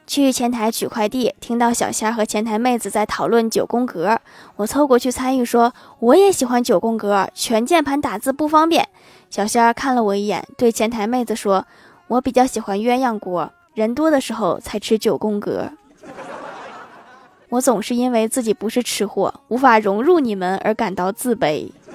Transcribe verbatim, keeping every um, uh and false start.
去前台取快递，听到小仙儿和前台妹子在讨论九宫格，我凑过去参与说，我也喜欢九宫格，全键盘打字不方便。小仙儿看了我一眼，对前台妹子说，我比较喜欢鸳鸯锅，人多的时候才吃九宫格。我总是因为自己不是吃货，无法融入你们而感到自卑。